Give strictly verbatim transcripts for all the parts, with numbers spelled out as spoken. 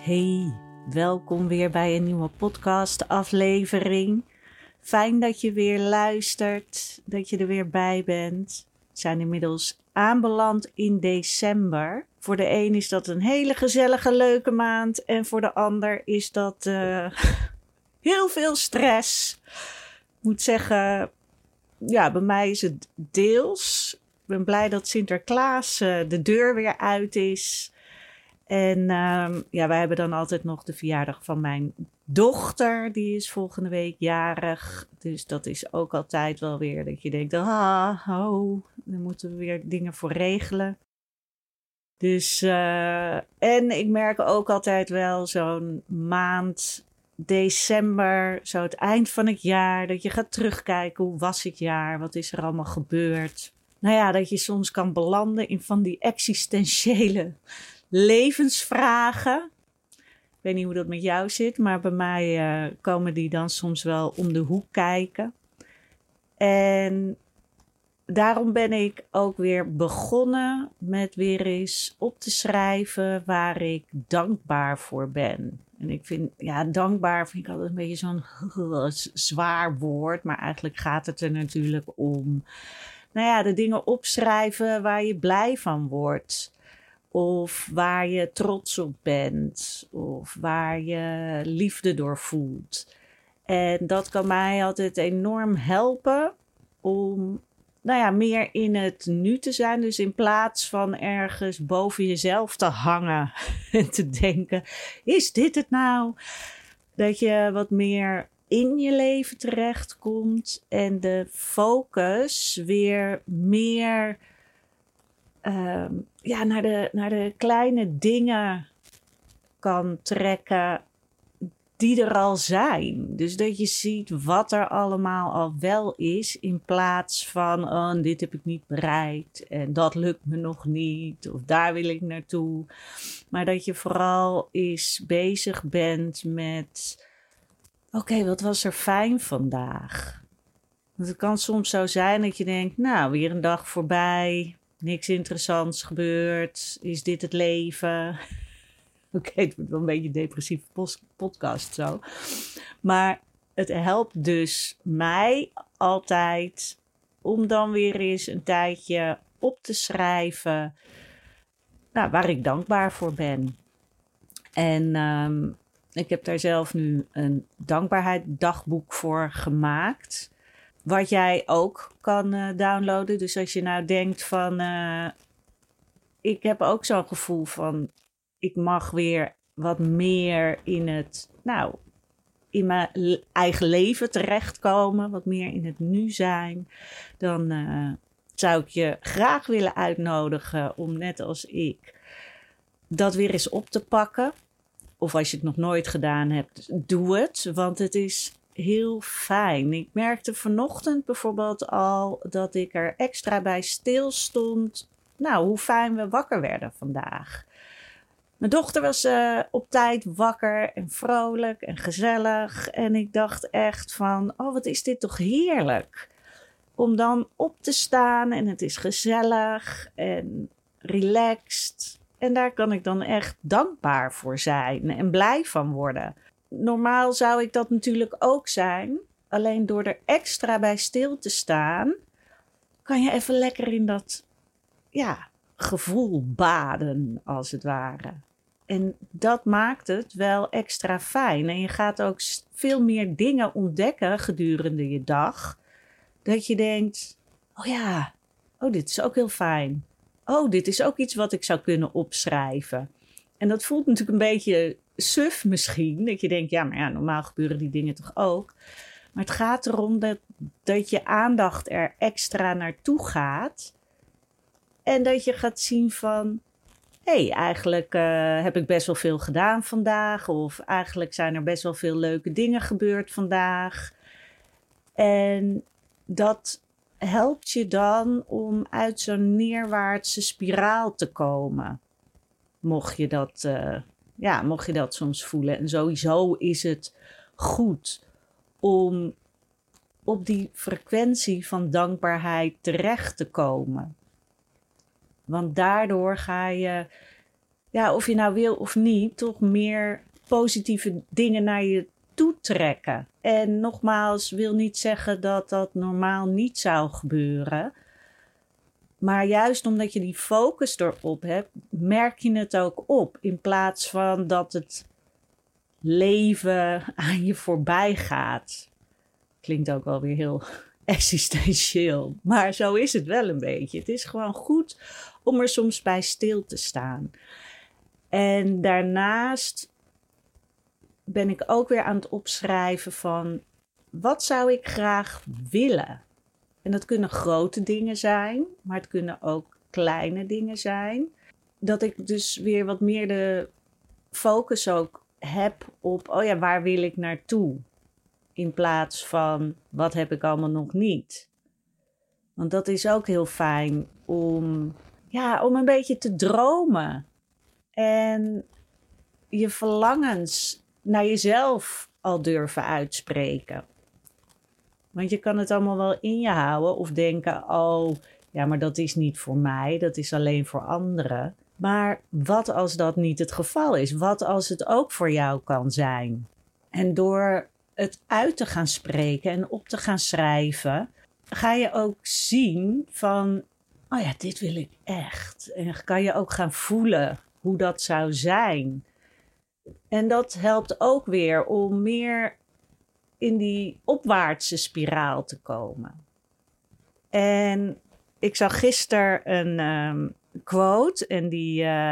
Hey, welkom weer bij een nieuwe podcast-aflevering. Fijn dat je weer luistert, dat je er weer bij bent. We zijn inmiddels aanbeland in december. Voor de een is dat een hele gezellige, leuke maand. En voor de ander is dat uh, heel veel stress. Ik moet zeggen, ja, bij mij is het deels. Ik ben blij dat Sinterklaas uh, de deur weer uit is. En uh, ja, wij hebben dan altijd nog de verjaardag van mijn dochter. Die is volgende week jarig. Dus dat is ook altijd wel weer dat je denkt, ah, oh, dan moeten we weer dingen voor regelen. Dus, uh, en ik merk ook altijd wel zo'n maand december, zo het eind van het jaar, dat je gaat terugkijken, hoe was het jaar, wat is er allemaal gebeurd. Nou ja, dat je soms kan belanden in van die existentiële levensvragen. Ik weet niet hoe dat met jou zit, maar bij mij uh, komen die dan soms wel om de hoek kijken. En daarom ben ik ook weer begonnen met weer eens op te schrijven waar ik dankbaar voor ben. En ik vind, ja, dankbaar vind ik altijd een beetje zo'n zwaar woord, maar eigenlijk gaat het er natuurlijk om. Nou ja, de dingen opschrijven waar je blij van wordt. Of waar je trots op bent. Of waar je liefde door voelt. En dat kan mij altijd enorm helpen om, nou ja, meer in het nu te zijn. Dus in plaats van ergens boven jezelf te hangen en te denken, is dit het nou? Dat je wat meer in je leven terechtkomt en de focus weer meer uh, ja, naar, de, naar de kleine dingen kan trekken die er al zijn. Dus dat je ziet wat er allemaal al wel is, in plaats van, oh, dit heb ik niet bereikt en dat lukt me nog niet of daar wil ik naartoe. Maar dat je vooral eens bezig bent met, oké, okay, wat was er fijn vandaag? Want het kan soms zo zijn dat je denkt, nou, weer een dag voorbij, niks interessants gebeurd, is dit het leven? Oké, okay, het wordt wel een beetje een depressieve podcast zo. Maar het helpt dus mij altijd om dan weer eens een tijdje op te schrijven, nou, waar ik dankbaar voor ben. En um, ik heb daar zelf nu een dankbaarheidsdagboek voor gemaakt. Wat jij ook kan uh, downloaden. Dus als je nou denkt van, uh, ik heb ook zo'n gevoel van, ik mag weer wat meer in het, nou, in mijn le- eigen leven terechtkomen. Wat meer in het nu zijn. Dan uh, zou ik je graag willen uitnodigen om net als ik dat weer eens op te pakken. Of als je het nog nooit gedaan hebt, doe het. Want het is heel fijn. Ik merkte vanochtend bijvoorbeeld al dat ik er extra bij stil stond. Nou, hoe fijn we wakker werden vandaag. Mijn dochter was uh, op tijd wakker en vrolijk en gezellig. En ik dacht echt van, oh, wat is dit toch heerlijk. Om dan op te staan en het is gezellig en relaxed. En daar kan ik dan echt dankbaar voor zijn en blij van worden. Normaal zou ik dat natuurlijk ook zijn. Alleen door er extra bij stil te staan, kan je even lekker in dat, ja, gevoel baden, als het ware. En dat maakt het wel extra fijn. En je gaat ook veel meer dingen ontdekken gedurende je dag. Dat je denkt, oh ja, oh, dit is ook heel fijn. Oh, dit is ook iets wat ik zou kunnen opschrijven. En dat voelt natuurlijk een beetje suf misschien. Dat je denkt, ja, maar ja, normaal gebeuren die dingen toch ook. Maar het gaat erom dat, dat je aandacht er extra naartoe gaat. En dat je gaat zien van, hé, hey, eigenlijk uh, heb ik best wel veel gedaan vandaag. Of eigenlijk zijn er best wel veel leuke dingen gebeurd vandaag. En dat helpt je dan om uit zo'n neerwaartse spiraal te komen. Mocht je dat, uh, ja, mocht je dat soms voelen. En sowieso is het goed om op die frequentie van dankbaarheid terecht te komen. Want daardoor ga je ja, of je nou wil of niet, toch meer positieve dingen naar je toe trekken. En nogmaals, wil niet zeggen dat dat normaal niet zou gebeuren. Maar juist omdat je die focus erop hebt, merk je het ook op. In plaats van dat het leven aan je voorbij gaat. Klinkt ook wel weer heel existentieel. Maar zo is het wel een beetje. Het is gewoon goed om er soms bij stil te staan. En daarnaast ben ik ook weer aan het opschrijven van, wat zou ik graag willen? En dat kunnen grote dingen zijn, maar het kunnen ook kleine dingen zijn. Dat ik dus weer wat meer de focus ook heb op, oh ja, waar wil ik naartoe? In plaats van, wat heb ik allemaal nog niet? Want dat is ook heel fijn om, ja, om een beetje te dromen. En je verlangens naar jezelf al durven uitspreken. Want je kan het allemaal wel in je houden of denken, oh, ja, maar dat is niet voor mij, dat is alleen voor anderen. Maar wat als dat niet het geval is? Wat als het ook voor jou kan zijn? En door het uit te gaan spreken en op te gaan schrijven, ga je ook zien van, oh ja, dit wil ik echt. En kan je ook gaan voelen hoe dat zou zijn. En dat helpt ook weer om meer in die opwaartse spiraal te komen. En ik zag gisteren een um, quote en die uh,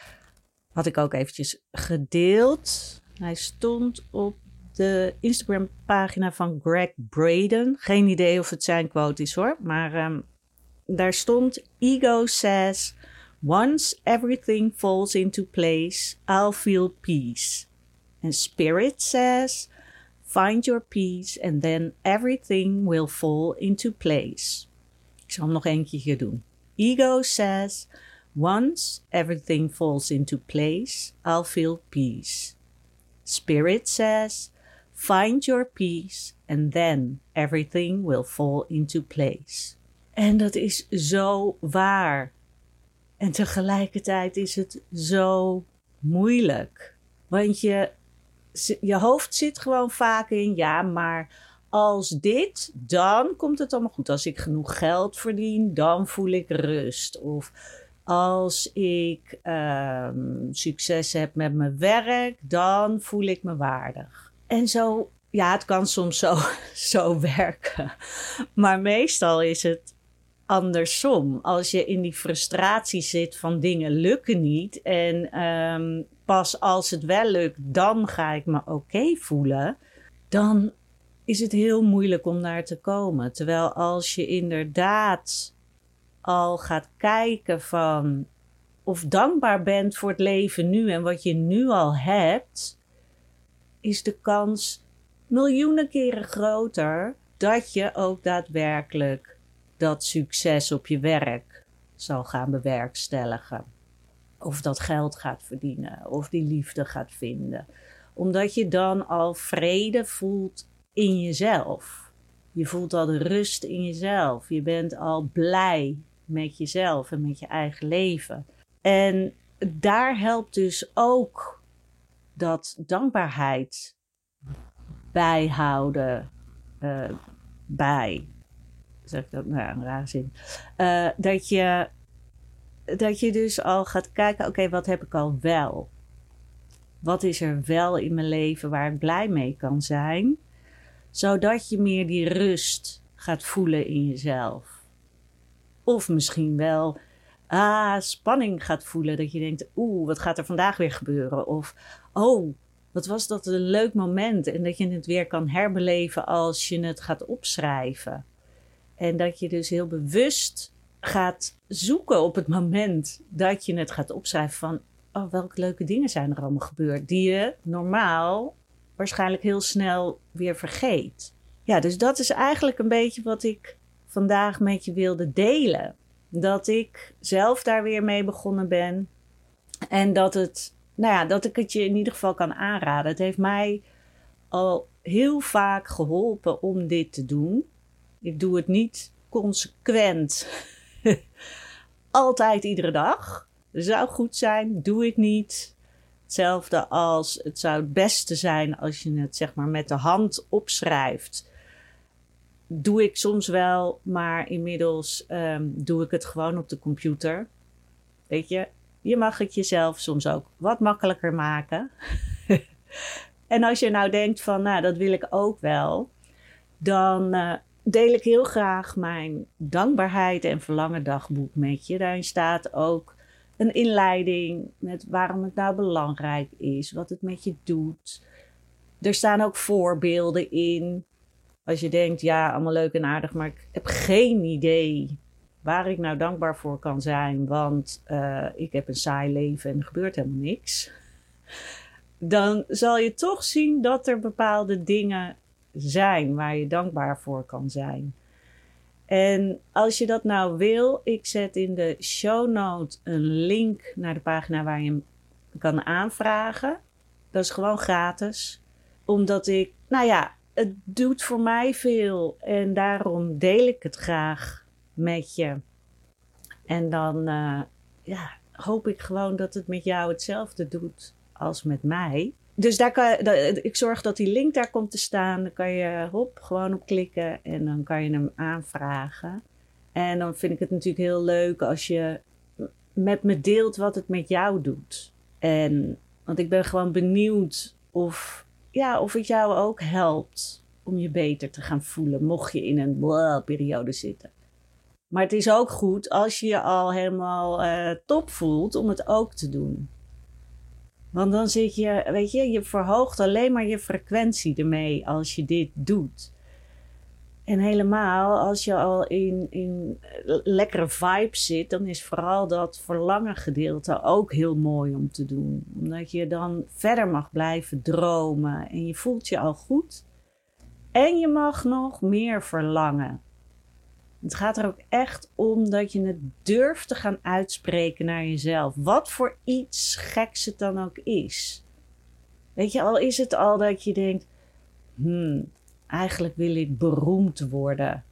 had ik ook eventjes gedeeld. Hij stond op de Instagram pagina van Greg Braden. Geen idee of het zijn quote is hoor, maar um, daar stond: Ego says, once everything falls into place, I'll feel peace. And spirit says, find your peace and then everything will fall into place. Ik zal hem nog eentje hier doen. Ego says, once everything falls into place, I'll feel peace. Spirit says, find your peace and then everything will fall into place. En dat is zo waar. En tegelijkertijd is het zo moeilijk. Want je, je hoofd zit gewoon vaak in, ja, maar als dit, dan komt het allemaal goed. Als ik genoeg geld verdien, dan voel ik rust. Of als ik um, succes heb met mijn werk, dan voel ik me waardig. En zo, ja, het kan soms zo, zo werken. Maar meestal is het andersom. Als je in die frustratie zit van dingen lukken niet en um, pas als het wel lukt, dan ga ik me oké voelen, dan is het heel moeilijk om daar te komen. Terwijl als je inderdaad al gaat kijken van of dankbaar bent voor het leven nu en wat je nu al hebt, is de kans miljoenen keren groter dat je ook daadwerkelijk dat succes op je werk zal gaan bewerkstelligen. Of dat geld gaat verdienen. Of die liefde gaat vinden. Omdat je dan al vrede voelt in jezelf. Je voelt al de rust in jezelf. Je bent al blij met jezelf en met je eigen leven. En daar helpt dus ook dat dankbaarheid bijhouden uh, bij. Zeg ik dat? Nou, een rare zin. Uh, dat, je, dat je dus al gaat kijken, oké, okay, wat heb ik al wel? Wat is er wel in mijn leven waar ik blij mee kan zijn? Zodat je meer die rust gaat voelen in jezelf. Of misschien wel ah, spanning gaat voelen. Dat je denkt, oeh, wat gaat er vandaag weer gebeuren? Of, oh, wat was dat een leuk moment. En dat je het weer kan herbeleven als je het gaat opschrijven. En dat je dus heel bewust gaat zoeken op het moment dat je het gaat opschrijven van, oh, welke leuke dingen zijn er allemaal gebeurd, die je normaal waarschijnlijk heel snel weer vergeet. Ja, dus dat is eigenlijk een beetje wat ik vandaag met je wilde delen. Dat ik zelf daar weer mee begonnen ben. En dat het, nou ja, dat ik het je in ieder geval kan aanraden. Het heeft mij al heel vaak geholpen om dit te doen. Ik doe het niet consequent altijd iedere dag. zou goed zijn, doe ik niet. Hetzelfde als het zou het beste zijn als je het zeg maar met de hand opschrijft. Doe ik soms wel, maar inmiddels um, doe ik het gewoon op de computer. Weet je, je mag het jezelf soms ook wat makkelijker maken. En als je nou denkt van, nou, dat wil ik ook wel, dan uh, deel ik heel graag mijn dankbaarheid en verlangen dagboek met je. Daarin staat ook een inleiding met waarom het nou belangrijk is, wat het met je doet. Er staan ook voorbeelden in. Als je denkt, ja, allemaal leuk en aardig, maar ik heb geen idee waar ik nou dankbaar voor kan zijn, want uh, ik heb een saai leven en er gebeurt helemaal niks. Dan zal je toch zien dat er bepaalde dingen zijn waar je dankbaar voor kan zijn. En als je dat nou wil, ik zet in de show note een link naar de pagina waar je hem kan aanvragen. Dat is gewoon gratis. Omdat ik, nou ja, het doet voor mij veel en daarom deel ik het graag met je. En dan uh, ja, hoop ik gewoon dat het met jou hetzelfde doet als met mij. Dus daar kan, ik zorg dat die link daar komt te staan. Dan kan je hop, gewoon op klikken en dan kan je hem aanvragen. En dan vind ik het natuurlijk heel leuk als je met me deelt wat het met jou doet. En, want ik ben gewoon benieuwd of, ja, of het jou ook helpt om je beter te gaan voelen, mocht je in een blah periode zitten. Maar het is ook goed als je je al helemaal uh, top voelt om het ook te doen. Want dan zit je, weet je, je verhoogt alleen maar je frequentie ermee als je dit doet. En helemaal als je al in, in lekkere vibes zit, dan is vooral dat verlangen gedeelte ook heel mooi om te doen. Omdat je dan verder mag blijven dromen en je voelt je al goed. En je mag nog meer verlangen. Het gaat er ook echt om dat je het durft te gaan uitspreken naar jezelf. Wat voor iets geks het dan ook is. Weet je, al is het al dat je denkt, hmm, eigenlijk wil ik beroemd worden.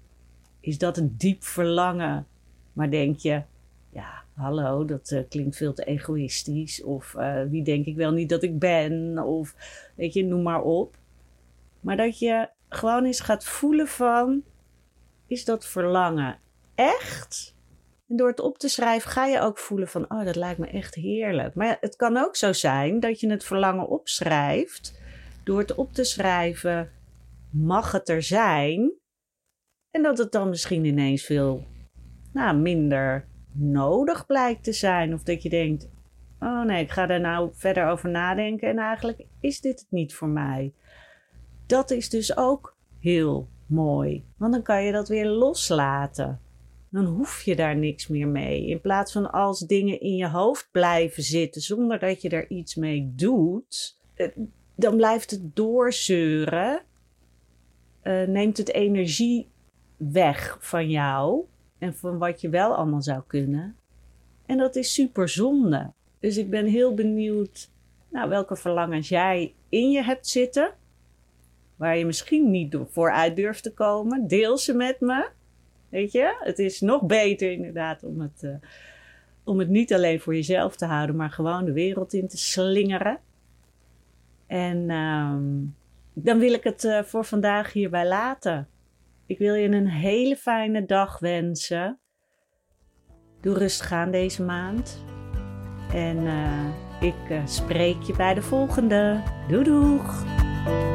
Is dat een diep verlangen? Maar denk je, ja, hallo, dat uh, klinkt veel te egoïstisch. Of uh, wie denk ik wel niet dat ik ben? Of weet je, noem maar op. Maar dat je gewoon eens gaat voelen van, is dat verlangen echt? En door het op te schrijven ga je ook voelen van, oh, dat lijkt me echt heerlijk. Maar ja, het kan ook zo zijn dat je het verlangen opschrijft. Door het op te schrijven mag het er zijn. En dat het dan misschien ineens veel nou, minder nodig blijkt te zijn. Of dat je denkt, oh nee, ik ga daar nou verder over nadenken. En eigenlijk is dit het niet voor mij. Dat is dus ook heel mooi. Want dan kan je dat weer loslaten. Dan hoef je daar niks meer mee. In plaats van als dingen in je hoofd blijven zitten zonder dat je er iets mee doet, dan blijft het doorzeuren. Uh, neemt het energie weg van jou en van wat je wel allemaal zou kunnen. En dat is super zonde. Dus ik ben heel benieuwd nou, welke verlangens jij in je hebt zitten, waar je misschien niet voor uit durft te komen. Deel ze met me. Weet je, het is nog beter inderdaad om het, uh, om het niet alleen voor jezelf te houden, maar gewoon de wereld in te slingeren. En uh, dan wil ik het uh, voor vandaag hierbij laten. Ik wil je een hele fijne dag wensen. Doe rustig aan deze maand. En uh, ik uh, spreek je bij de volgende. Doei doeg!